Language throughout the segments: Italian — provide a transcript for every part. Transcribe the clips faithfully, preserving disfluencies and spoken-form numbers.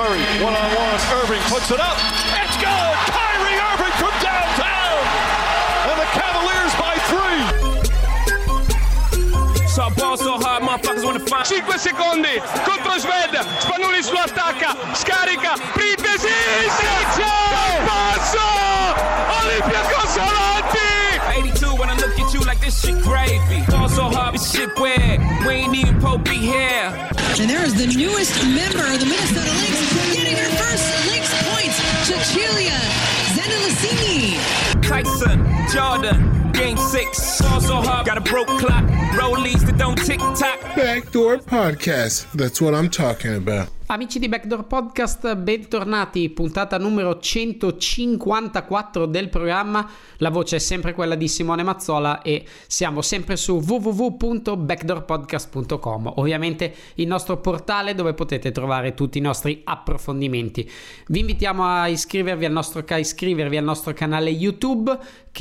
Curry, one-on-one, Irving puts it up, it's good! Kyrie Irving from downtown! And the Cavaliers by three! So ball so hard, motherfuckers wanna find. cinque secondi contro Sved, Spanulis lo attacca, scarica, Printesi, Sezio, passo, Olympiacos avanti! eighty-two when I look at you like this shit gravy. Ball so hard, this shit weird. We ain't even Pope be here. And there is the newest member of the Minnesota Lynx getting her first Lynx points, Cecilia Zendelicini. Tyson, Jordan, game six. Ball so hard, got a broke clock. Rollies that don't tick tock. Backdoor Podcast, that's what I'm talking about. Amici di Backdoor Podcast, bentornati, puntata numero centocinquantaquattro del programma. La voce è sempre quella di Simone Mazzola e siamo sempre su w w w punto backdoor podcast punto com, ovviamente il nostro portale dove potete trovare tutti i nostri approfondimenti. Vi invitiamo a iscrivervi al nostro, a iscrivervi al nostro canale YouTube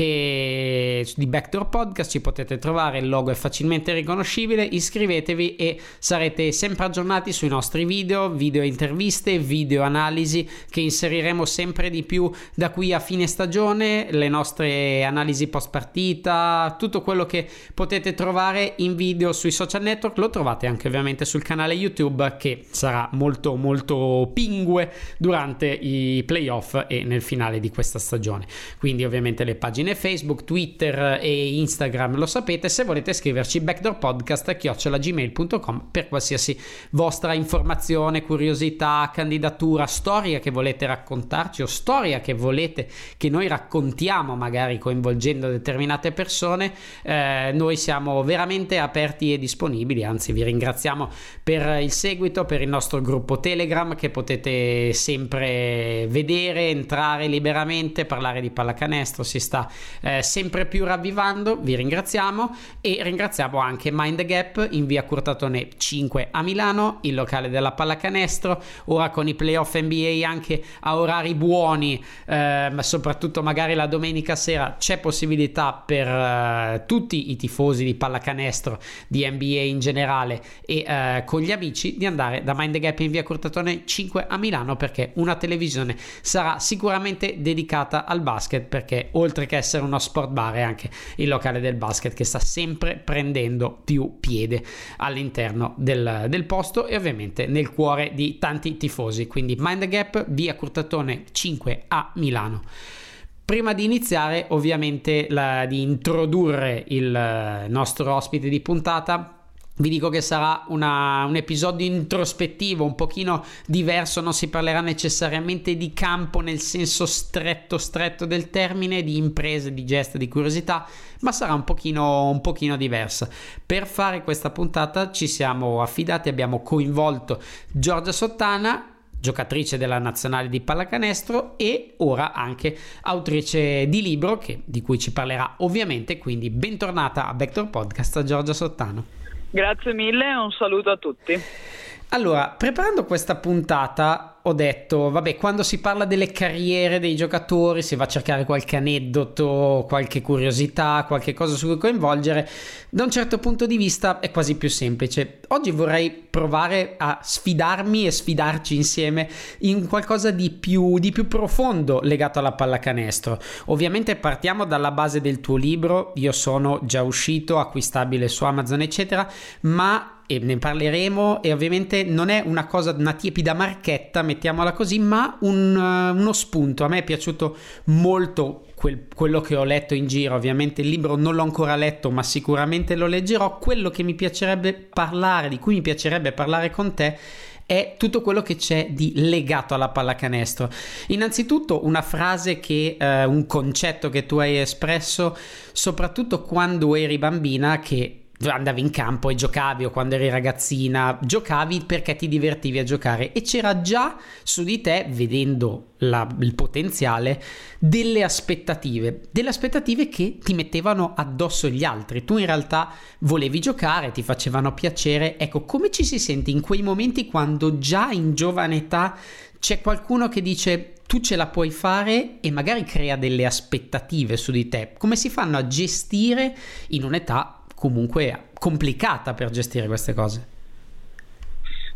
che di Backdoor Podcast, ci potete trovare, il logo è facilmente riconoscibile, iscrivetevi e sarete sempre aggiornati sui nostri video, video interviste, video analisi che inseriremo sempre di più da qui a fine stagione, le nostre analisi post partita, tutto quello che potete trovare in video sui social network lo trovate anche ovviamente sul canale YouTube che sarà molto molto pingue durante i playoff e nel finale di questa stagione. Quindi ovviamente le pagine Facebook, Twitter e Instagram lo sapete. Se volete scriverci backdoorpodcast chiocciola gmail punto com per qualsiasi vostra informazione, curiosità, candidatura, storia che volete raccontarci o storia che volete che noi raccontiamo magari coinvolgendo determinate persone, eh, noi siamo veramente aperti e disponibili, anzi vi ringraziamo per il seguito, per il nostro gruppo Telegram che potete sempre vedere, entrare liberamente, parlare di pallacanestro, si sta eh, sempre più ravvivando, vi ringraziamo e ringraziamo anche Mind the Gap in via Curtatone cinque a Milano, il locale della pallacanestro, ora con i playoff N B A anche a orari buoni, eh, ma soprattutto magari la domenica sera c'è possibilità per uh, tutti i tifosi di pallacanestro, di N B A in generale e uh, con gli amici di andare da Mind the Gap in via Curtatone cinque a Milano, perché una televisione sarà sicuramente dedicata al basket, perché oltre che essere uno sport bar è anche il locale del basket che sta sempre prendendo più piede all'interno del, del posto e ovviamente nel cuore di tanti tifosi. Quindi Mind the Gap via Curtatone cinque a Milano. Prima di iniziare ovviamente la, di introdurre il nostro ospite di puntata, vi dico che sarà una, un episodio introspettivo, un pochino diverso, non si parlerà necessariamente di campo nel senso stretto stretto del termine, di imprese, di gesti, di curiosità, ma sarà un pochino, un pochino diversa. Per fare questa puntata ci siamo affidati, abbiamo coinvolto Giorgia Sottana, giocatrice della nazionale di pallacanestro e ora anche autrice di libro che, di cui ci parlerà ovviamente, quindi bentornata a Backdoor Podcast Giorgia Sottano. Grazie mille e un saluto a tutti. Allora, preparando questa puntata ho detto, vabbè, quando si parla delle carriere dei giocatori si va a cercare qualche aneddoto, qualche curiosità, qualche cosa su cui coinvolgere. Da un certo punto di vista è quasi più semplice. Oggi vorrei provare a sfidarmi e sfidarci insieme in qualcosa di più, di più profondo legato alla pallacanestro. Ovviamente partiamo dalla base del tuo libro, io sono già uscito, acquistabile su Amazon eccetera, ma e ne parleremo e ovviamente non è una cosa, una tiepida marchetta, mettiamola così, ma un, uh, uno spunto. A me è piaciuto molto quel, quello che ho letto in giro, ovviamente il libro non l'ho ancora letto ma sicuramente lo leggerò. Quello che mi piacerebbe parlare, di cui mi piacerebbe parlare con te è tutto quello che c'è di legato alla pallacanestro. Innanzitutto una frase che, eh, un concetto che tu hai espresso soprattutto quando eri bambina, che andavi in campo e giocavi, o quando eri ragazzina giocavi perché ti divertivi a giocare e c'era già su di te, vedendo la, il potenziale, delle aspettative delle aspettative che ti mettevano addosso gli altri. Tu in realtà volevi giocare, ti facevano piacere. Ecco, come ci si sente in quei momenti quando già in giovane età c'è qualcuno che dice tu ce la puoi fare e magari crea delle aspettative su di te? Come si fanno a gestire in un'età comunque complicata per gestire queste cose?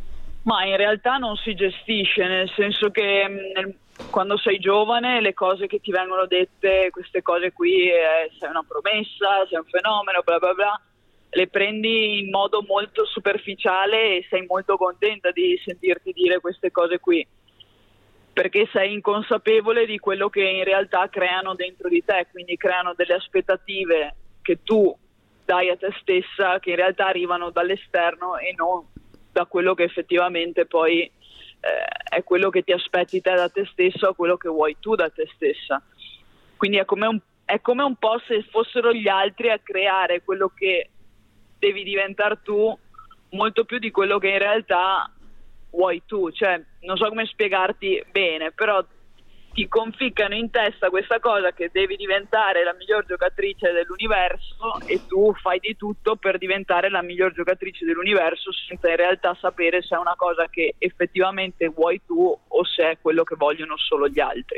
Ma in realtà non si gestisce, nel senso che nel, quando sei giovane le cose che ti vengono dette, queste cose qui, eh, sei una promessa, sei un fenomeno, bla bla bla, le prendi in modo molto superficiale e sei molto contenta di sentirti dire queste cose qui, perché sei inconsapevole di quello che in realtà creano dentro di te, quindi creano delle aspettative che tu dai a te stessa che in realtà arrivano dall'esterno e non da quello che effettivamente poi eh, è quello che ti aspetti te da te stesso, o quello che vuoi tu da te stessa. Quindi è come un, è come un po' se fossero gli altri a creare quello che devi diventare tu, molto più di quello che in realtà vuoi tu. Cioè, non so come spiegarti bene, però ti conficcano in testa questa cosa che devi diventare la miglior giocatrice dell'universo e tu fai di tutto per diventare la miglior giocatrice dell'universo senza in realtà sapere se è una cosa che effettivamente vuoi tu o se è quello che vogliono solo gli altri.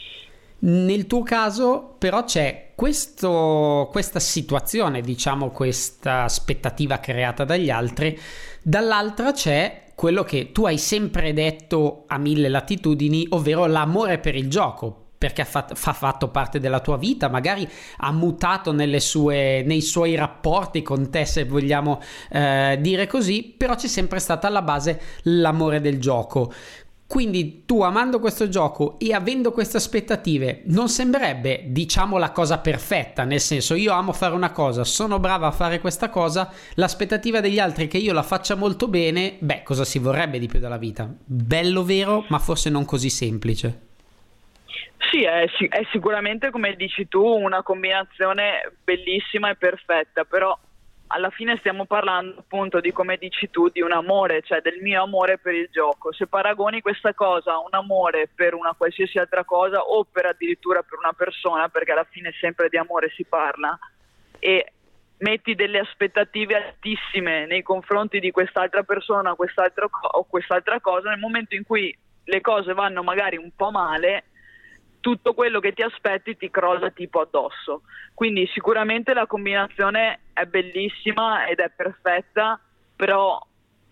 Nel tuo caso però c'è questo, questa situazione, diciamo questa aspettativa creata dagli altri, dall'altra c'è quello che tu hai sempre detto a mille latitudini, ovvero l'amore per il gioco, perché ha fatto, fa fatto parte della tua vita, magari ha mutato nelle sue, nei suoi rapporti con te, se vogliamo eh, dire così, però c'è sempre stata alla base l'amore del gioco. Quindi tu, amando questo gioco e avendo queste aspettative, non sembrerebbe, diciamo, la cosa perfetta, nel senso, io amo fare una cosa, sono brava a fare questa cosa, l'aspettativa degli altri è che io la faccia molto bene, beh, cosa si vorrebbe di più dalla vita? Bello, vero, ma forse non così semplice. Sì, è, è sicuramente, come dici tu, una combinazione bellissima e perfetta, però alla fine stiamo parlando appunto di, come dici tu, di un amore, cioè del mio amore per il gioco. Se paragoni questa cosa a un amore per una qualsiasi altra cosa o per addirittura per una persona, perché alla fine sempre di amore si parla, e metti delle aspettative altissime nei confronti di quest'altra persona quest'altro co- o quest'altra cosa, nel momento in cui le cose vanno magari un po' male, tutto quello che ti aspetti ti crolla tipo addosso. Quindi sicuramente la combinazione è bellissima ed è perfetta, però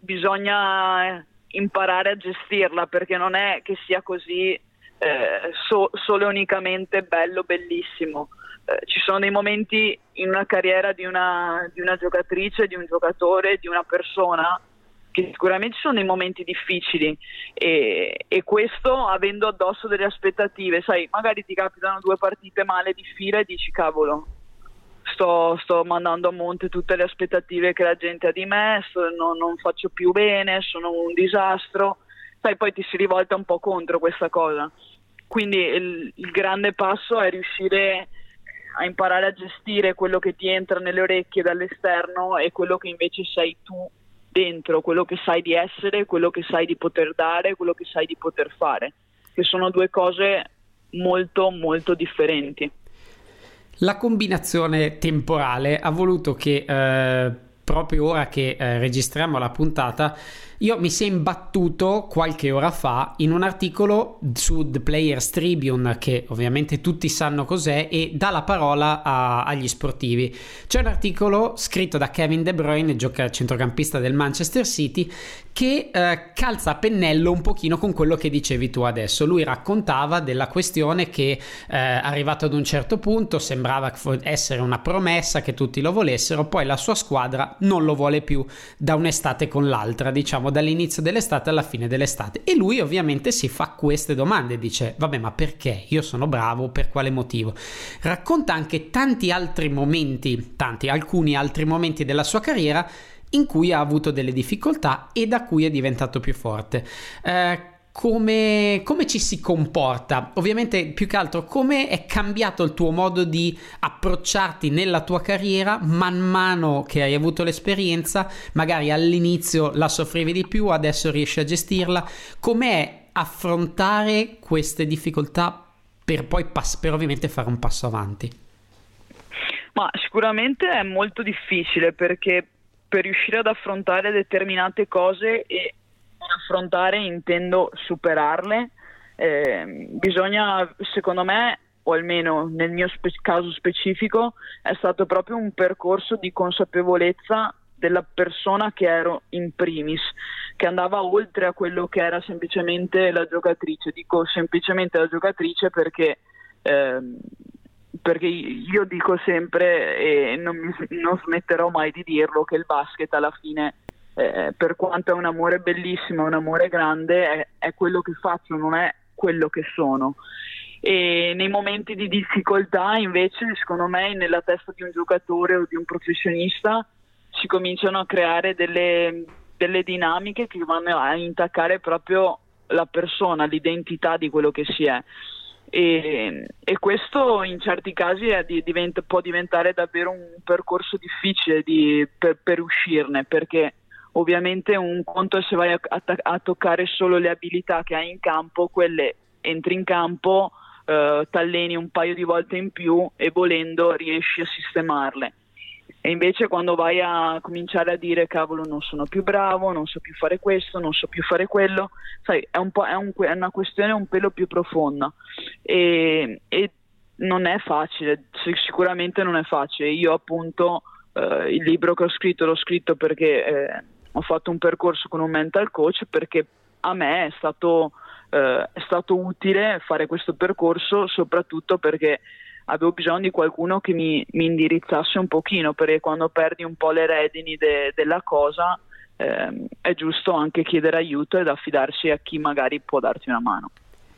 bisogna imparare a gestirla, perché non è che sia così eh, so, solo e unicamente bello, bellissimo. Eh, ci sono dei momenti in una carriera di una, di una giocatrice, di un giocatore, di una persona, che sicuramente sono dei momenti difficili e, e questo avendo addosso delle aspettative, sai, magari ti capitano due partite male di fila e dici cavolo, sto, sto mandando a monte tutte le aspettative che la gente ha di me, sto, non, non faccio più bene, sono un disastro, sai, poi ti si rivolta un po' contro questa cosa. Quindi il, il grande passo è riuscire a imparare a gestire quello che ti entra nelle orecchie dall'esterno e quello che invece sei tu dentro, quello che sai di essere, quello che sai di poter dare, quello che sai di poter fare, che sono due cose molto molto differenti. La combinazione temporale ha voluto che eh, proprio ora che eh, registriamo la puntata io mi sia imbattuto qualche ora fa in un articolo su The Players Tribune, che ovviamente tutti sanno cos'è, e dà la parola a, agli sportivi. C'è un articolo scritto da Kevin De Bruyne, gioca centrocampista del Manchester City, che eh, calza a pennello un pochino con quello che dicevi tu adesso. Lui raccontava della questione che eh, arrivato ad un certo punto sembrava essere una promessa, che tutti lo volessero, poi la sua squadra non lo vuole più da un'estate con l'altra, diciamo dall'inizio dell'estate alla fine dell'estate, e lui ovviamente si fa queste domande, dice vabbè, ma perché? Io sono bravo, per quale motivo? Racconta anche tanti altri momenti, tanti, alcuni altri momenti della sua carriera in cui ha avuto delle difficoltà e da cui è diventato più forte. Eh, Come, come ci si comporta? Ovviamente, più che altro, come è cambiato il tuo modo di approcciarti nella tua carriera man mano che hai avuto l'esperienza? Magari all'inizio la soffrivi di più, adesso riesci a gestirla. Com'è affrontare queste difficoltà per poi pass- per ovviamente fare un passo avanti? Ma sicuramente è molto difficile, perché per riuscire ad affrontare determinate cose e affrontare intendo superarle, eh, bisogna, secondo me, o almeno nel mio spe- caso specifico, è stato proprio un percorso di consapevolezza della persona che ero in primis, che andava oltre a quello che era semplicemente la giocatrice. Dico semplicemente la giocatrice perché ehm, perché io dico sempre, e non, mi, non smetterò mai di dirlo, che il basket alla fine, eh, per quanto è un amore bellissimo, un amore grande, è, è quello che faccio, non è quello che sono. E nei momenti di difficoltà invece, secondo me, nella testa di un giocatore o di un professionista si cominciano a creare delle, delle dinamiche che vanno a intaccare proprio la persona, l'identità di quello che si è. E, e questo in certi casi è, diventa, può diventare davvero un percorso difficile di, per, per uscirne, perché ovviamente un conto è se vai a, a, a toccare solo le abilità che hai in campo, quelle entri in campo, eh, t'alleni un paio di volte in più e volendo riesci a sistemarle. E invece quando vai a cominciare a dire cavolo, non sono più bravo, non so più fare questo, non so più fare quello, sai, è un po', è, un, è una questione un pelo più profonda e, e non è facile, sicuramente non è facile. Io appunto eh, il libro che ho scritto l'ho scritto perché eh, ho fatto un percorso con un mental coach, perché a me è stato, eh, è stato utile fare questo percorso, soprattutto perché avevo bisogno di qualcuno che mi, mi indirizzasse un pochino, perché quando perdi un po' le redini de, della cosa ehm, è giusto anche chiedere aiuto ed affidarsi a chi magari può darti una mano.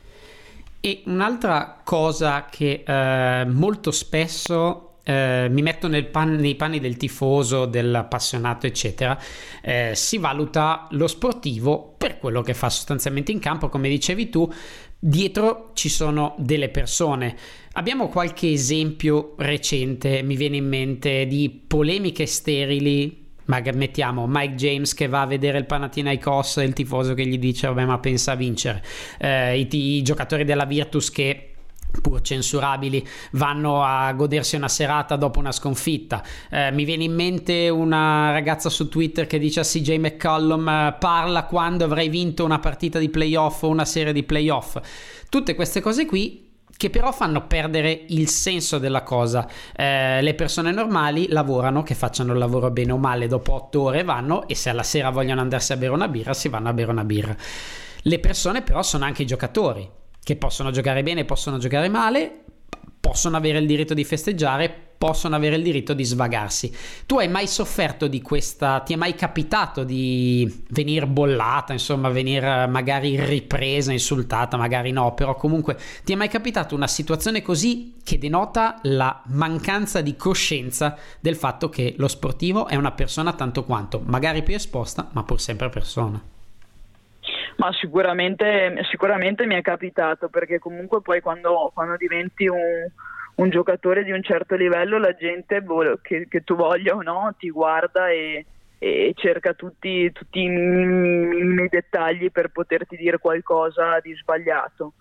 E un'altra cosa che eh, molto spesso eh, mi metto nel pan, nei panni del tifoso, dell'appassionato eccetera, eh, si valuta lo sportivo per quello che fa sostanzialmente in campo, come dicevi tu. Dietro ci sono delle persone. Abbiamo qualche esempio recente, mi viene in mente, di polemiche sterili, ma mettiamo Mike James che va a vedere il Panathinaikos e il tifoso che gli dice vabbè ma pensa a vincere, eh, i, i giocatori della Virtus che pur censurabili vanno a godersi una serata dopo una sconfitta. Eh, mi viene in mente una ragazza su Twitter che dice a C J McCollum eh, parla quando avrai vinto una partita di playoff o una serie di playoff. Tutte queste cose qui che però fanno perdere il senso della cosa. Eh, le persone normali lavorano, che facciano il lavoro bene o male, dopo otto ore vanno, e se alla sera vogliono andarsi a bere una birra si vanno a bere una birra. Le persone però sono anche i giocatori, che possono giocare bene, possono giocare male, possono avere il diritto di festeggiare, possono avere il diritto di svagarsi. Tu hai mai sofferto di questa, ti è mai capitato di venire bollata, insomma venire magari ripresa, insultata, magari no, però comunque ti è mai capitato una situazione così che denota la mancanza di coscienza del fatto che lo sportivo è una persona tanto quanto, magari più esposta, ma pur sempre persona? Ma sicuramente, sicuramente mi è capitato, perché comunque poi quando, quando diventi un, un giocatore di un certo livello, la gente che, che tu voglia o no ti guarda e, e cerca tutti, tutti i minimi dettagli per poterti dire qualcosa di sbagliato.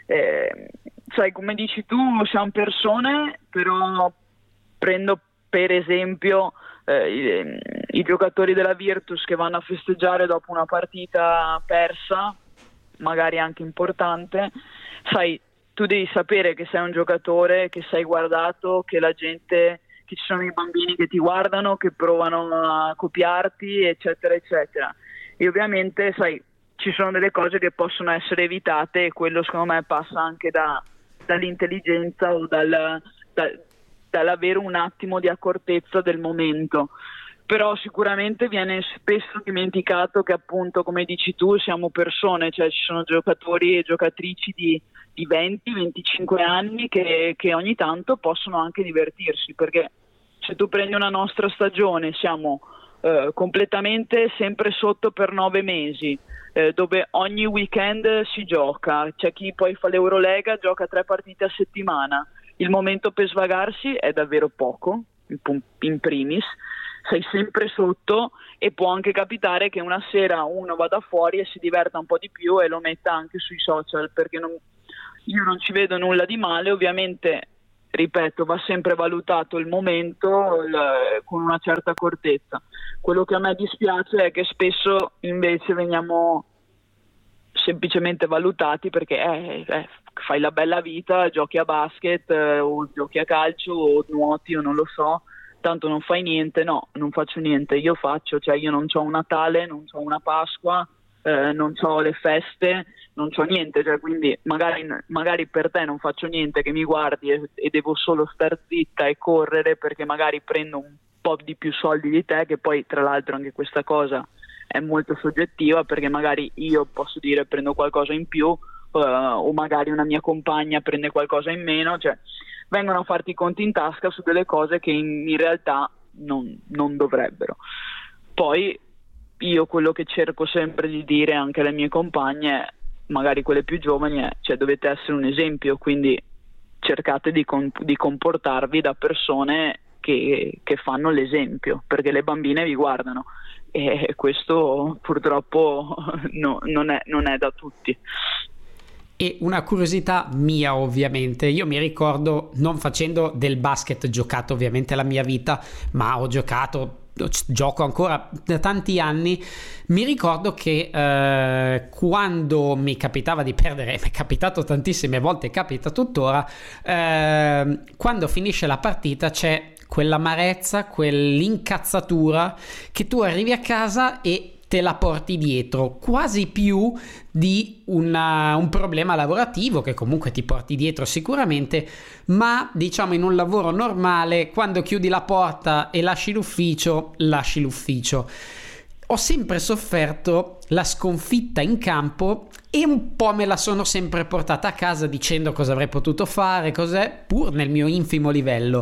Eh, sai, come dici tu, siamo persone, però prendo per esempio Eh, i, i giocatori della Virtus che vanno a festeggiare dopo una partita persa, magari anche importante. Sai, tu devi sapere che sei un giocatore, che sei guardato, che la gente, che ci sono i bambini che ti guardano, che provano a copiarti, eccetera eccetera. E ovviamente, sai, ci sono delle cose che possono essere evitate, e quello secondo me passa anche da, dall'intelligenza o dal, da, dall'avere un attimo di accortezza del momento. Però sicuramente viene spesso dimenticato che, appunto, come dici tu, siamo persone, cioè ci sono giocatori e giocatrici di, di venti venticinque anni che, che ogni tanto possono anche divertirsi, perché se tu prendi una nostra stagione siamo eh, completamente sempre sotto per nove mesi, eh, dove ogni weekend si gioca, c'è chi poi fa l'Eurolega, gioca tre partite a settimana. Il momento per svagarsi è davvero poco, in primis, sei sempre sotto, e può anche capitare che una sera uno vada fuori e si diverta un po' di più e lo metta anche sui social, perché non, io non ci vedo nulla di male. Ovviamente, ripeto, va sempre valutato il momento il, con una certa accortezza. Quello che a me dispiace è che spesso invece veniamo semplicemente valutati perché eh, eh, fai la bella vita, giochi a basket eh, o giochi a calcio o nuoti o non lo so, tanto non fai niente. No, non faccio niente, io faccio, cioè io non c'ho un Natale, non c'ho una Pasqua, eh, non c'ho le feste, non c'ho niente, cioè, quindi magari, magari per te non faccio niente che mi guardi e, e devo solo star zitta e correre perché magari prendo un po' di più soldi di te, che poi tra l'altro anche questa cosa è molto soggettiva, perché magari io posso dire prendo qualcosa in più, uh, o magari una mia compagna prende qualcosa in meno, cioè vengono a farti i conti in tasca su delle cose che in, in realtà non, non dovrebbero. Poi io quello che cerco sempre di dire anche alle mie compagne, magari quelle più giovani, è cioè dovete essere un esempio, quindi cercate di, con, di comportarvi da persone che, che fanno l'esempio, perché le bambine vi guardano e questo purtroppo no, non, è, non è da tutti. E una curiosità mia, ovviamente, io mi ricordo, non facendo del basket giocato ovviamente la mia vita, ma ho giocato, gioco ancora da tanti anni, mi ricordo che eh, quando mi capitava di perdere, mi è capitato tantissime volte, capita tuttora, eh, quando finisce la partita c'è quell'amarezza, quell'incazzatura che tu arrivi a casa e te la porti dietro, quasi più di una, un problema lavorativo che comunque ti porti dietro sicuramente, ma diciamo in un lavoro normale, quando chiudi la porta e lasci l'ufficio, lasci l'ufficio. Ho sempre sofferto la sconfitta in campo e un po' me la sono sempre portata a casa dicendo cosa avrei potuto fare, cos'è, pur nel mio infimo livello.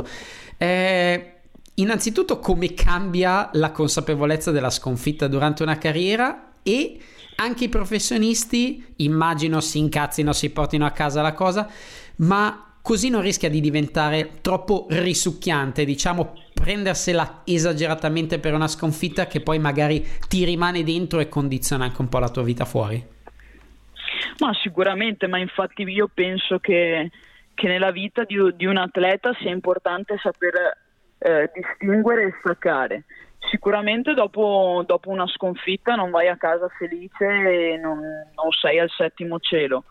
Eh, Innanzitutto, come cambia la consapevolezza della sconfitta durante una carriera, e anche i professionisti immagino si incazzino, si portino a casa la cosa, ma così non rischia di diventare troppo risucchiante, diciamo prendersela esageratamente per una sconfitta che poi magari ti rimane dentro e condiziona anche un po' la tua vita fuori? Ma sicuramente, ma infatti io penso che, che nella vita di, di un atleta sia importante saper Eh, distinguere e staccare. Sicuramente dopo, dopo una sconfitta non vai a casa felice e non, non sei al settimo cielo,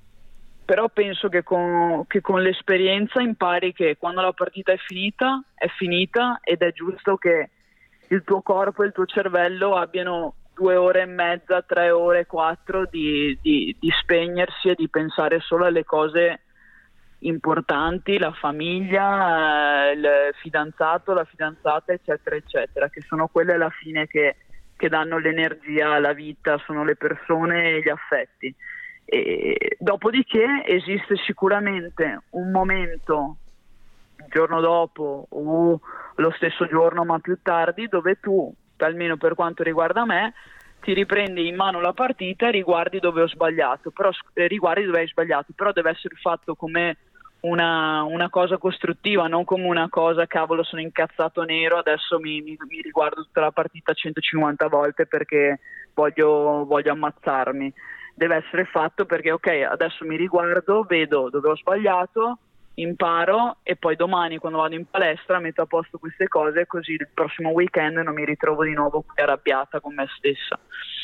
però penso che con, che con l'esperienza impari che quando la partita è finita è finita, ed è giusto che il tuo corpo e il tuo cervello abbiano due ore e mezza, tre ore, quattro di, di, di spegnersi e di pensare solo alle cose importanti, la famiglia, il fidanzato, la fidanzata, eccetera eccetera, che sono quelle alla fine che, che danno l'energia alla vita, sono le persone e gli affetti. E dopodiché esiste sicuramente un momento, il giorno dopo o lo stesso giorno ma più tardi, dove tu, almeno per quanto riguarda me, ti riprendi in mano la partita e riguardi dove ho sbagliato, però riguardi dove hai sbagliato, però deve essere fatto come una, una cosa costruttiva, non come una cosa cavolo sono incazzato nero, adesso mi, mi, mi riguardo tutta la partita centocinquanta volte perché voglio, voglio ammazzarmi. Deve essere fatto perché ok, adesso mi riguardo, vedo dove ho sbagliato, imparo e poi domani quando vado in palestra metto a posto queste cose, così il prossimo weekend non mi ritrovo di nuovo qui arrabbiata con me stessa.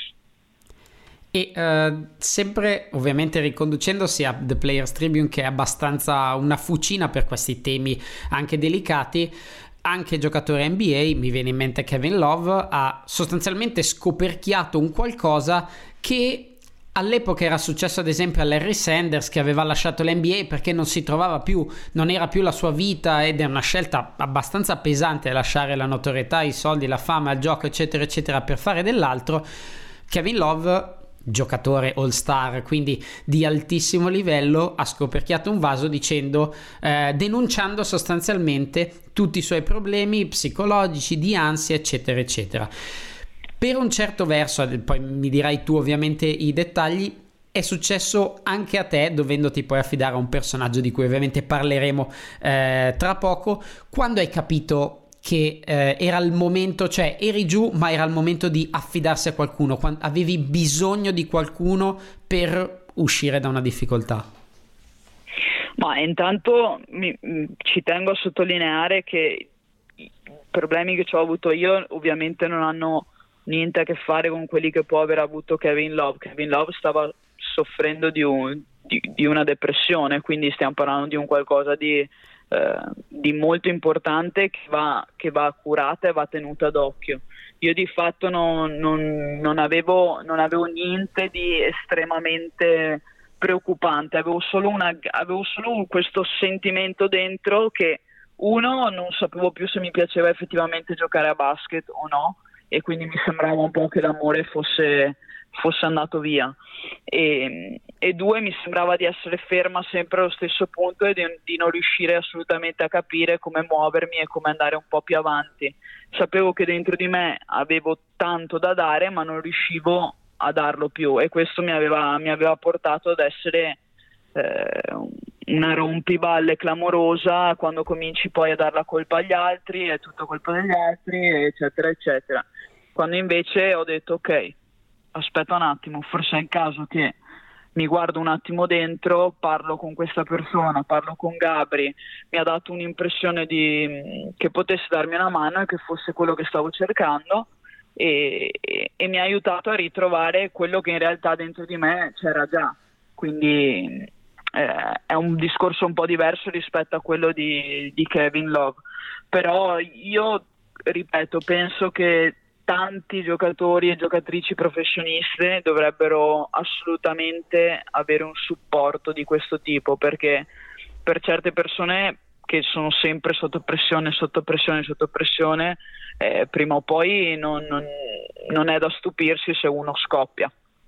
E uh, sempre ovviamente riconducendosi a The Players Tribune, che è abbastanza una fucina per questi temi anche delicati, anche giocatore N B A, mi viene in mente Kevin Love, ha sostanzialmente scoperchiato un qualcosa che all'epoca era successo ad esempio a Larry Sanders, che aveva lasciato l'N B A perché non si trovava più, non era più la sua vita, ed è una scelta abbastanza pesante lasciare la notorietà, i soldi, la fama, il gioco eccetera eccetera per fare dell'altro. Kevin Love, giocatore all star, quindi di altissimo livello, ha scoperchiato un vaso dicendo eh, denunciando sostanzialmente tutti i suoi problemi psicologici, di ansia eccetera eccetera. Per un certo verso, poi mi dirai tu ovviamente i dettagli, è successo anche a te, dovendoti poi affidare a un personaggio di cui ovviamente parleremo eh, tra poco, quando hai capito che eh, era il momento, cioè eri giù ma era il momento di affidarsi a qualcuno, quando avevi bisogno di qualcuno per uscire da una difficoltà? Ma intanto mi, ci tengo a sottolineare che i problemi che ho avuto io ovviamente non hanno niente a che fare con quelli che può aver avuto Kevin Love. Kevin Love stava soffrendo di, un, di, di una depressione, quindi stiamo parlando di un qualcosa di eh, di molto importante che va, che va curata e va tenuta d'occhio. Io di fatto non, non, non, avevo, non avevo niente di estremamente preoccupante, avevo solo, una, avevo solo questo sentimento dentro che uno, non sapevo più se mi piaceva effettivamente giocare a basket o no, e quindi mi sembrava un po' che l'amore fosse, fosse andato via, e, e due, mi sembrava di essere ferma sempre allo stesso punto e di, di non riuscire assolutamente a capire come muovermi e come andare un po' più avanti. Sapevo che dentro di me avevo tanto da dare, ma non riuscivo a darlo più, e questo mi aveva, mi aveva portato ad essere eh, una rompiballe clamorosa. Quando cominci poi a dar la colpa agli altri, è tutto colpa degli altri, eccetera eccetera, quando invece ho detto ok, aspetta un attimo, forse è il caso che mi guardo un attimo dentro, parlo con questa persona, parlo con Gabri, mi ha dato un'impressione di che potesse darmi una mano e che fosse quello che stavo cercando, e, e, e mi ha aiutato a ritrovare quello che in realtà dentro di me c'era già. Quindi eh, è un discorso un po' diverso rispetto a quello di, di Kevin Love, però io ripeto, penso che tanti giocatori e giocatrici professioniste dovrebbero assolutamente avere un supporto di questo tipo, perché per certe persone che sono sempre sotto pressione, sotto pressione, sotto pressione, eh, prima o poi non, non, non è da stupirsi se uno scoppia.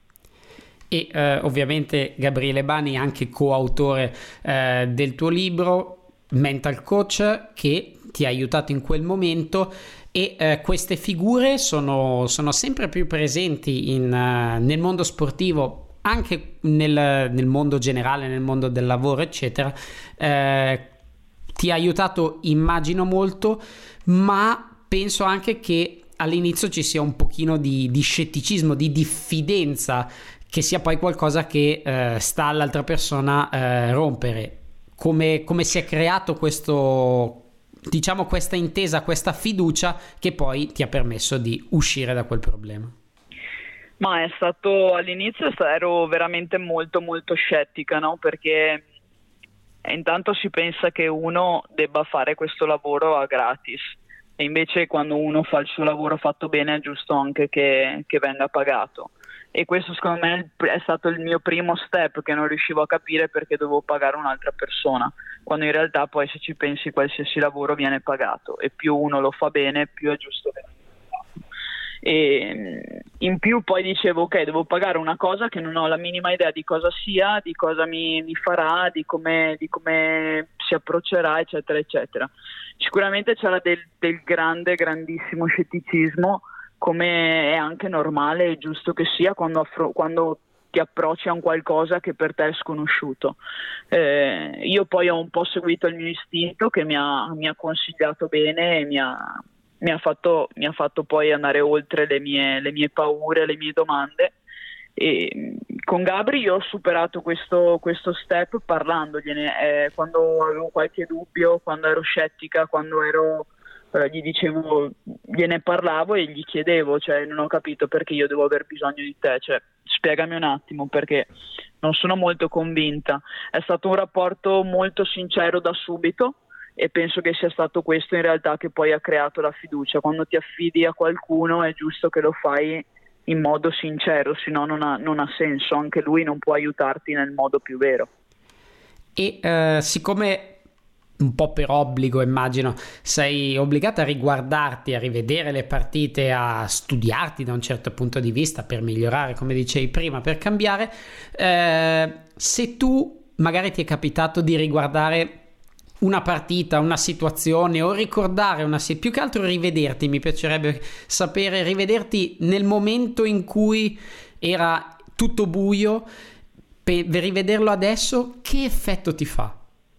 E eh, ovviamente Gabriele Bani, anche coautore eh, del tuo libro Mental Coach, che ti ha aiutato in quel momento, e eh, queste figure sono, sono sempre più presenti in, uh, nel mondo sportivo, anche nel, nel mondo generale, nel mondo del lavoro eccetera. Eh, ti ha aiutato, immagino, molto, ma penso anche che all'inizio ci sia un pochino di, di scetticismo, di diffidenza, che sia poi qualcosa che eh, sta all'altra persona eh, rompere. Come, come si è creato questo, diciamo, questa intesa, questa fiducia che poi ti ha permesso di uscire da quel problema? Ma è stato, all'inizio ero veramente molto molto scettica, no? Perché intanto si pensa che uno debba fare questo lavoro a gratis, e invece quando uno fa il suo lavoro fatto bene è giusto anche che, che venga pagato. E questo secondo me è stato il mio primo step, che non riuscivo a capire perché dovevo pagare un'altra persona, quando in realtà poi, se ci pensi, qualsiasi lavoro viene pagato, e più uno lo fa bene più è giusto che venga pagato. E in più poi dicevo ok, devo pagare una cosa che non ho la minima idea di cosa sia, di cosa mi, mi farà, di come, di come si approccerà, eccetera eccetera. Sicuramente c'era del, del grande grandissimo scetticismo, come è anche normale e giusto che sia quando, affro- quando ti approcci a un qualcosa che per te è sconosciuto. Eh, io poi ho un po' seguito il mio istinto, che mi ha, mi ha consigliato bene e mi ha, mi ha fatto, mi ha fatto poi andare oltre le mie, le mie paure, le mie domande. E con Gabri io ho superato questo, questo step parlandogliene, eh, quando avevo qualche dubbio, quando ero scettica, quando ero eh, gli dicevo, gliene parlavo e gli chiedevo, cioè non ho capito perché io devo aver bisogno di te, cioè spiegami un attimo perché non sono molto convinta. È stato un rapporto molto sincero da subito, e penso che sia stato questo in realtà che poi ha creato la fiducia. Quando ti affidi a qualcuno è giusto che lo fai in modo sincero, se no non ha, non ha senso, anche lui non può aiutarti nel modo più vero. E uh, siccome un po' per obbligo, immagino, sei obbligata a riguardarti, a rivedere le partite, a studiarti da un certo punto di vista per migliorare, come dicevi prima, per cambiare, eh, se tu magari ti è capitato di riguardare una partita, una situazione, o ricordare una, più che altro rivederti, mi piacerebbe sapere, rivederti nel momento in cui era tutto buio, per rivederlo adesso, che effetto ti fa?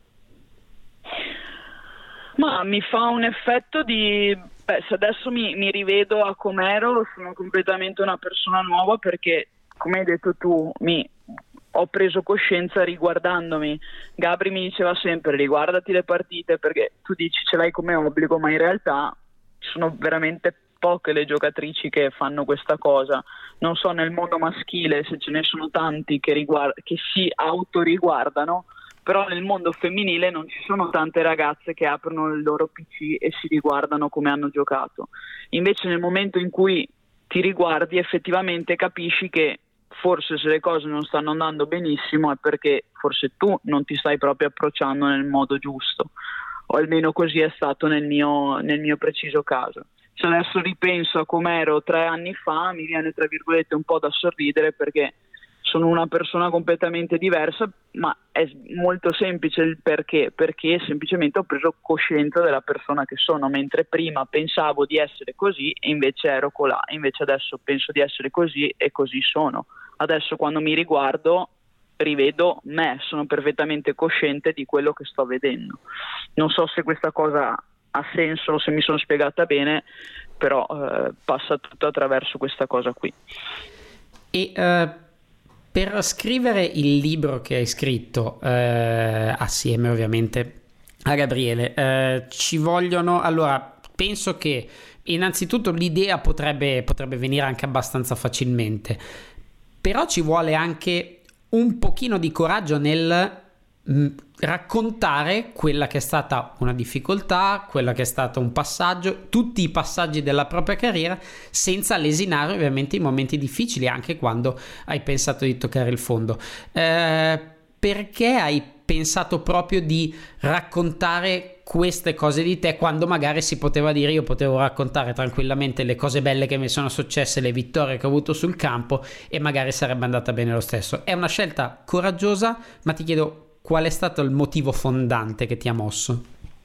Ma mi fa un effetto di, beh, se adesso mi, mi rivedo a com'ero, sono completamente una persona nuova, perché come hai detto tu, mi ho preso coscienza riguardandomi. Gabri mi diceva sempre riguardati le partite, perché tu dici ce l'hai come obbligo, ma in realtà sono veramente poche le giocatrici che fanno questa cosa. Non so nel mondo maschile se ce ne sono tanti che, riguard- che si autoriguardano, però nel mondo femminile non ci sono tante ragazze che aprono il loro P C e si riguardano come hanno giocato. Invece nel momento in cui ti riguardi effettivamente capisci che forse se le cose non stanno andando benissimo è perché forse tu non ti stai proprio approcciando nel modo giusto, o almeno così è stato nel mio, nel mio preciso caso. Se adesso ripenso a com'ero tre anni fa mi viene tra virgolette un po' da sorridere, perché sono una persona completamente diversa, ma è molto semplice il perché, perché semplicemente ho preso coscienza della persona che sono, mentre prima pensavo di essere così e invece ero colà, invece adesso penso di essere così e così sono. Adesso quando mi riguardo rivedo me, sono perfettamente cosciente di quello che sto vedendo. Non so se questa cosa ha senso, se mi sono spiegata bene, però eh, passa tutto attraverso questa cosa qui. E uh... per scrivere il libro che hai scritto, eh, assieme ovviamente a Gabriele, eh, ci vogliono, allora penso che innanzitutto l'idea potrebbe, potrebbe venire anche abbastanza facilmente, però ci vuole anche un pochino di coraggio nel mh, raccontare quella che è stata una difficoltà, quella che è stato un passaggio, tutti i passaggi della propria carriera, senza lesinare ovviamente i momenti difficili, anche quando hai pensato di toccare il fondo. Eh, perché hai pensato proprio di raccontare queste cose di te, quando magari si poteva dire io potevo raccontare tranquillamente le cose belle che mi sono successe, le vittorie che ho avuto sul campo, e magari sarebbe andata bene lo stesso? È una scelta coraggiosa, ma ti chiedo qual è stato il motivo fondante che ti ha mosso?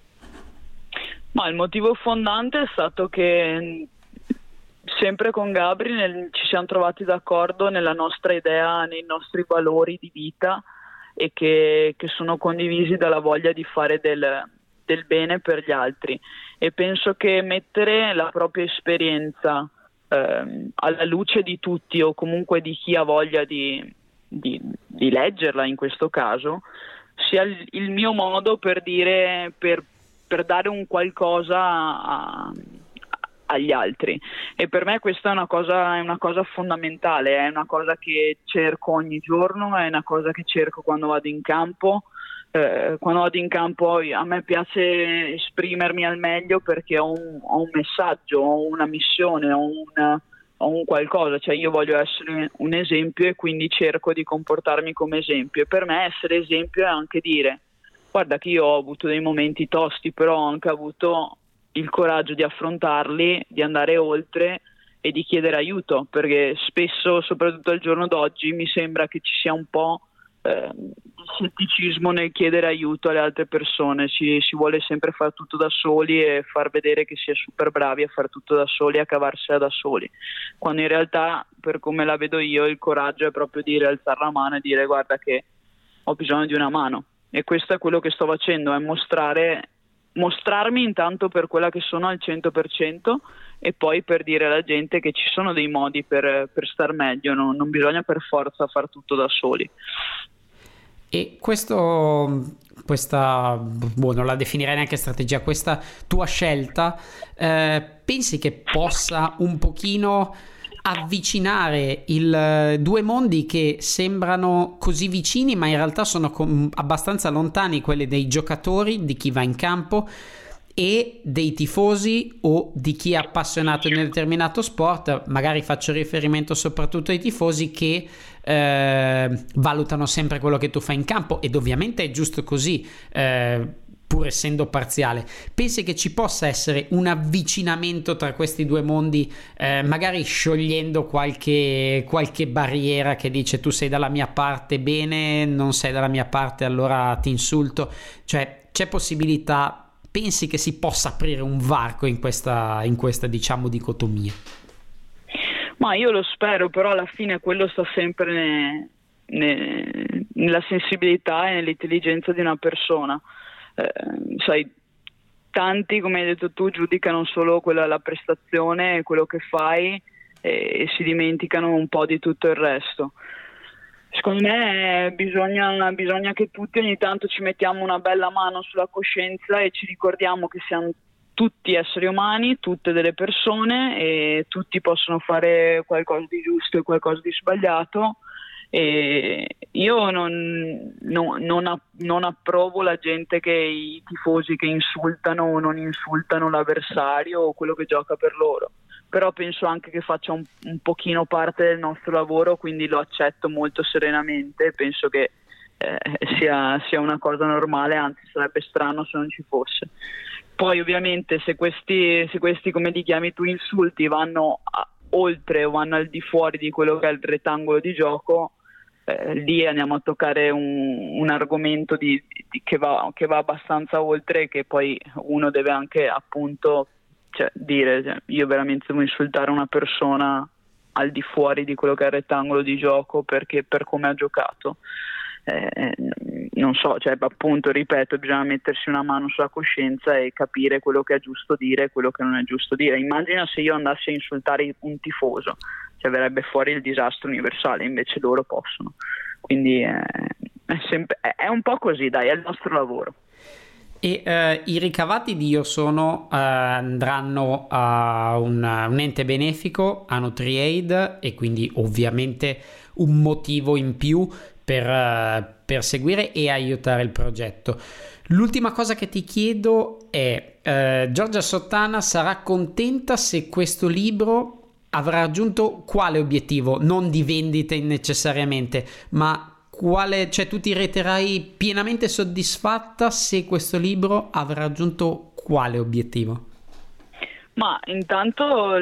Ma il motivo fondante è stato che sempre con Gabri nel, ci siamo trovati d'accordo nella nostra idea, nei nostri valori di vita, e che, che sono condivisi dalla voglia di fare del, del bene per gli altri. E penso che mettere la propria esperienza eh, alla luce di tutti, o comunque di chi ha voglia di Di, di leggerla in questo caso, sia il, il mio modo per dire, per, per dare un qualcosa a, a, agli altri. E per me questa è una cosa, è una cosa fondamentale, è una cosa che cerco ogni giorno, è una cosa che cerco quando vado in campo. Eh, quando vado in campo a me piace esprimermi al meglio, perché ho un, ho un messaggio, ho una missione, ho un o un qualcosa, cioè io voglio essere un esempio e quindi cerco di comportarmi come esempio. E per me essere esempio è anche dire guarda che io ho avuto dei momenti tosti, però ho anche avuto il coraggio di affrontarli, di andare oltre e di chiedere aiuto, perché spesso, soprattutto al giorno d'oggi, mi sembra che ci sia un po' eh, scetticismo nel chiedere aiuto alle altre persone. Si, si vuole sempre fare tutto da soli e far vedere che si è super bravi a fare tutto da soli, a cavarsela da soli, quando in realtà, per come la vedo io, il coraggio è proprio dire, alzare la mano e dire guarda che ho bisogno di una mano. E questo è quello che sto facendo, è mostrare mostrarmi intanto per quella che sono al cento per cento, e poi per dire alla gente che ci sono dei modi per, per star meglio, no? Non bisogna per forza far tutto da soli. E questo, questa, boh, non la definirei neanche strategia, questa tua scelta, eh, pensi che possa un pochino avvicinare il, due mondi che sembrano così vicini, ma in realtà sono com- abbastanza lontani, quelli dei giocatori, di chi va in campo, e dei tifosi o di chi è appassionato in un determinato sport? Magari faccio riferimento soprattutto ai tifosi che eh, valutano sempre quello che tu fai in campo, ed ovviamente è giusto così, eh, pur essendo parziale. Pensi che ci possa essere un avvicinamento tra questi due mondi, eh, magari sciogliendo qualche, qualche barriera che dice tu sei dalla mia parte, bene, non sei dalla mia parte, allora ti insulto? Cioè, c'è possibilità? Pensi che si possa aprire un varco in questa, in questa diciamo dicotomia? Ma io lo spero, però alla fine quello sta sempre ne, ne, nella sensibilità e nell'intelligenza di una persona. Eh, sai, tanti, come hai detto tu, giudicano solo quella, la prestazione e quello che fai, e, e si dimenticano un po' di tutto il resto. Secondo me eh, bisogna, bisogna che tutti ogni tanto ci mettiamo una bella mano sulla coscienza e ci ricordiamo che siamo tutti esseri umani, tutte delle persone, e tutti possono fare qualcosa di giusto e qualcosa di sbagliato, E io non, no, non, app- non approvo la gente che i tifosi che insultano o non insultano l'avversario o quello che gioca per loro, però penso anche che faccia un, un pochino parte del nostro lavoro, quindi lo accetto molto serenamente. Penso che eh, sia, sia una cosa normale, anzi sarebbe strano se non ci fosse. Poi ovviamente se questi, se questi come li chiami tu, insulti vanno a, oltre o vanno al di fuori di quello che è il rettangolo di gioco, eh, lì andiamo a toccare un, un argomento di, di, che, va, che va abbastanza oltre, che poi uno deve anche appunto cioè, dire cioè, io veramente devo insultare una persona al di fuori di quello che è il rettangolo di gioco perché per come ha giocato. Eh, non so, cioè appunto ripeto, bisogna mettersi una mano sulla coscienza e capire quello che è giusto dire e quello che non è giusto dire. Immagina se io andassi a insultare un tifoso, cioè verrebbe fuori il disastro universale, invece loro possono, quindi eh, è, sempre, è un po' così, dai, è il nostro lavoro. E eh, i ricavati di Io Sono eh, andranno a un, un ente benefico, a NutriAid, e quindi ovviamente un motivo in più per, uh, per seguire e aiutare il progetto. L'ultima cosa che ti chiedo è uh, Giorgia Sottana sarà contenta se questo libro avrà raggiunto quale obiettivo? Non di vendite necessariamente, ma quale, cioè tu ti riterai pienamente soddisfatta se questo libro avrà raggiunto quale obiettivo? Ma intanto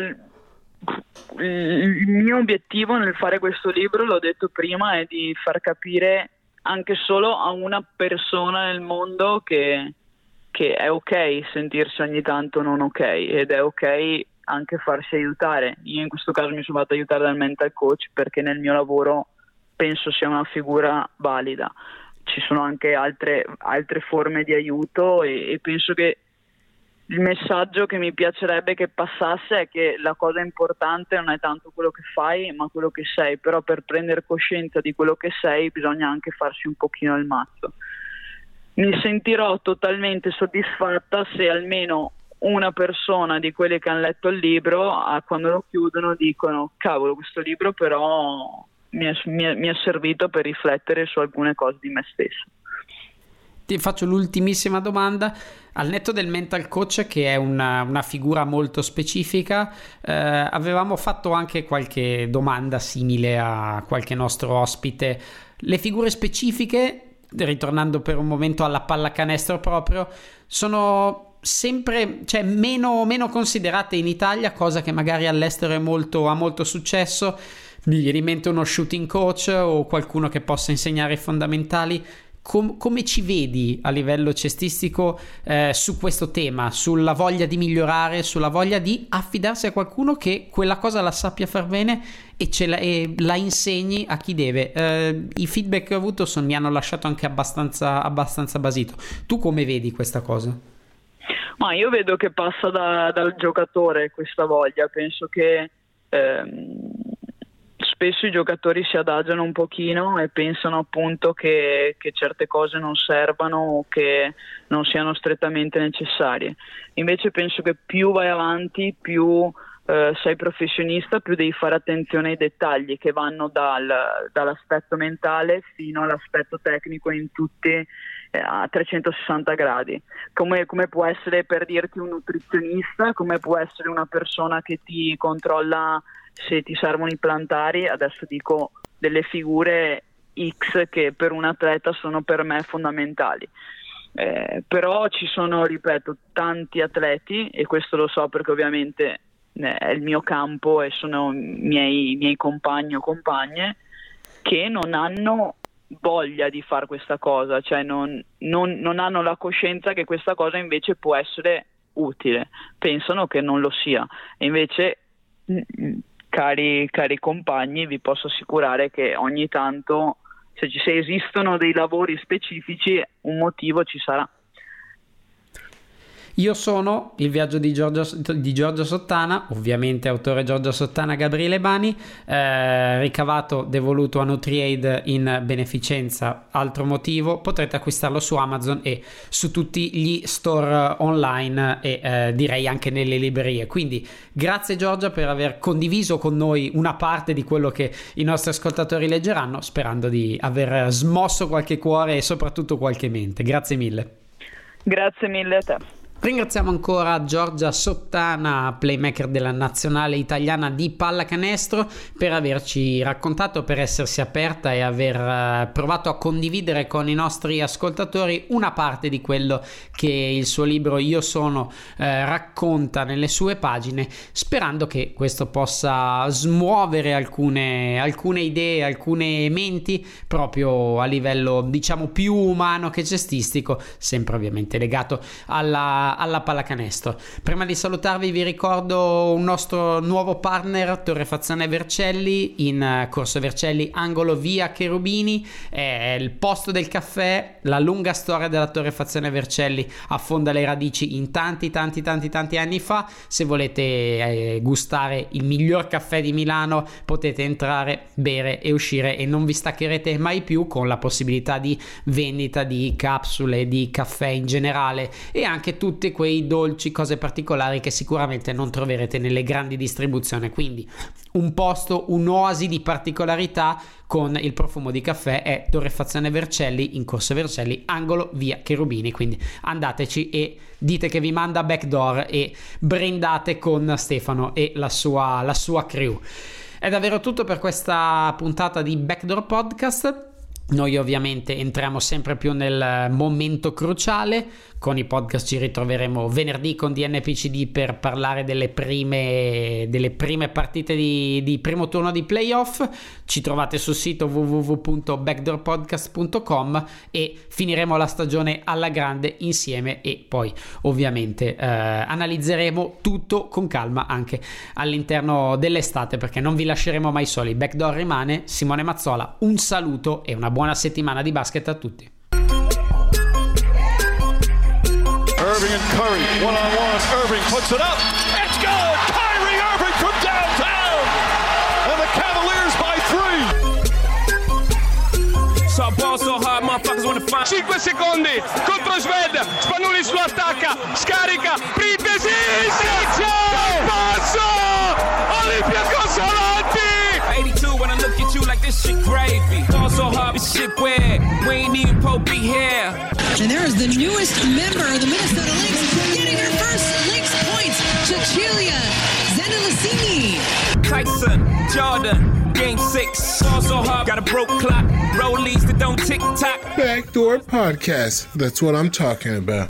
il mio obiettivo nel fare questo libro, l'ho detto prima, è di far capire anche solo a una persona nel mondo che, che è ok sentirsi ogni tanto non ok, ed è ok anche farsi aiutare. Io in questo caso mi sono fatto aiutare dal mental coach perché nel mio lavoro penso sia una figura valida. Ci sono anche altre, altre forme di aiuto e, e penso che il messaggio che mi piacerebbe che passasse è che la cosa importante non è tanto quello che fai, ma quello che sei. Però per prendere coscienza di quello che sei bisogna anche farsi un pochino il mazzo. Mi sentirò totalmente soddisfatta se almeno una persona di quelle che hanno letto il libro, quando lo chiudono dicono cavolo, questo libro però mi è, mi è, mi è servito per riflettere su alcune cose di me stesso. Ti faccio l'ultimissima domanda. Al netto del mental coach, che è una, una figura molto specifica, eh, avevamo fatto anche qualche domanda simile a qualche nostro ospite. Le figure specifiche, ritornando per un momento alla pallacanestro proprio, sono sempre, cioè meno, meno considerate in Italia, cosa che magari all'estero è molto, ha molto successo. Mi viene in mente uno shooting coach o qualcuno che possa insegnare i fondamentali. Com- come ci vedi a livello cestistico eh, su questo tema, sulla voglia di migliorare, sulla voglia di affidarsi a qualcuno che quella cosa la sappia far bene e, ce la, e la insegni a chi deve? Eh, i feedback che ho avuto son, mi hanno lasciato anche abbastanza, abbastanza basito. Tu come vedi questa cosa? Ma io vedo che passa da, dal giocatore questa voglia. Penso che ehm, spesso i giocatori si adagiano un pochino e pensano appunto che, che certe cose non servano o che non siano strettamente necessarie. Invece penso che più vai avanti, più eh, sei professionista, più devi fare attenzione ai dettagli che vanno dal, dall'aspetto mentale fino all'aspetto tecnico in tutti eh, a trecentosessanta gradi. Come, come può essere, per dirti, un nutrizionista, come può essere una persona che ti controlla se ti servono i plantari. Adesso dico delle figure X che per un atleta sono per me fondamentali, eh, però ci sono, ripeto, tanti atleti, e questo lo so perché ovviamente eh, è il mio campo e sono miei, miei compagni o compagne, che non hanno voglia di fare questa cosa, cioè non, non, non hanno la coscienza che questa cosa invece può essere utile, pensano che non lo sia, e invece Cari, cari compagni, vi posso assicurare che ogni tanto, se, se esistono dei lavori specifici, un motivo ci sarà. Io sono Il viaggio di Giorgio, di Giorgio Sottana, ovviamente autore Giorgio Sottana, Gabriele Bani, eh, ricavato devoluto a NutriAid in beneficenza, altro motivo, potrete acquistarlo su Amazon e su tutti gli store online e eh, direi anche nelle librerie. Quindi grazie Giorgia per aver condiviso con noi una parte di quello che i nostri ascoltatori leggeranno, sperando di aver smosso qualche cuore e soprattutto qualche mente. Grazie mille. Grazie mille a te. Ringraziamo ancora Giorgia Sottana, playmaker della nazionale italiana di pallacanestro, per averci raccontato, per essersi aperta e aver provato a condividere con i nostri ascoltatori una parte di quello che il suo libro Io sono eh, racconta nelle sue pagine, sperando che questo possa smuovere alcune, alcune idee, alcune menti proprio a livello diciamo più umano che cestistico, sempre ovviamente legato alla alla pallacanestro. Prima di salutarvi vi ricordo un nostro nuovo partner, Torrefazione Vercelli, in Corso Vercelli angolo via Cherubini. È il posto del caffè. La lunga storia della Torrefazione Vercelli affonda le radici in tanti tanti tanti tanti anni fa. Se volete eh, gustare il miglior caffè di Milano, potete entrare, bere e uscire e non vi staccherete mai più, con la possibilità di vendita di capsule, di caffè in generale e anche tutti quei dolci, cose particolari che sicuramente non troverete nelle grandi distribuzioni. Quindi un posto, un'oasi di particolarità con il profumo di caffè è Torrefazione Vercelli in Corso Vercelli angolo via Cherubini. Quindi andateci e dite che vi manda Backdoor e brindate con Stefano e la sua, la sua crew. È davvero tutto per questa puntata di Backdoor Podcast. Noi ovviamente entriamo sempre più nel momento cruciale. Con i podcast ci ritroveremo venerdì con D N P C D per parlare delle prime, delle prime partite di, di primo turno di playoff. Ci trovate sul sito w w w punto backdoor podcast punto com e finiremo la stagione alla grande insieme e poi ovviamente eh, analizzeremo tutto con calma anche all'interno dell'estate, perché non vi lasceremo mai soli. Backdoor rimane. Simone Mazzola, un saluto e una buona settimana di basket a tutti. Irving and Curry, one on one. Irving puts it up. It's good. Kyrie Irving from downtown. And the Cavaliers by three. So ball so hard, motherfuckers wanna find. cinque secondi contro Sved. Spanulis lo attacca. Scarica. Printesi. Sergio. Passo. Olympiacos avanti. eighty-two when I look at you like this shit gravy. Ball so hard, this shit weird. We ain't even Pope be here. And there is the newest member of the Minnesota Lynx getting her first Lynx points, Cecilia Zendelicini. Tyson, Jordan, game six. Ball so hard, got a broke clock. Rollies that don't tick tock. Backdoor Podcast. That's what I'm talking about.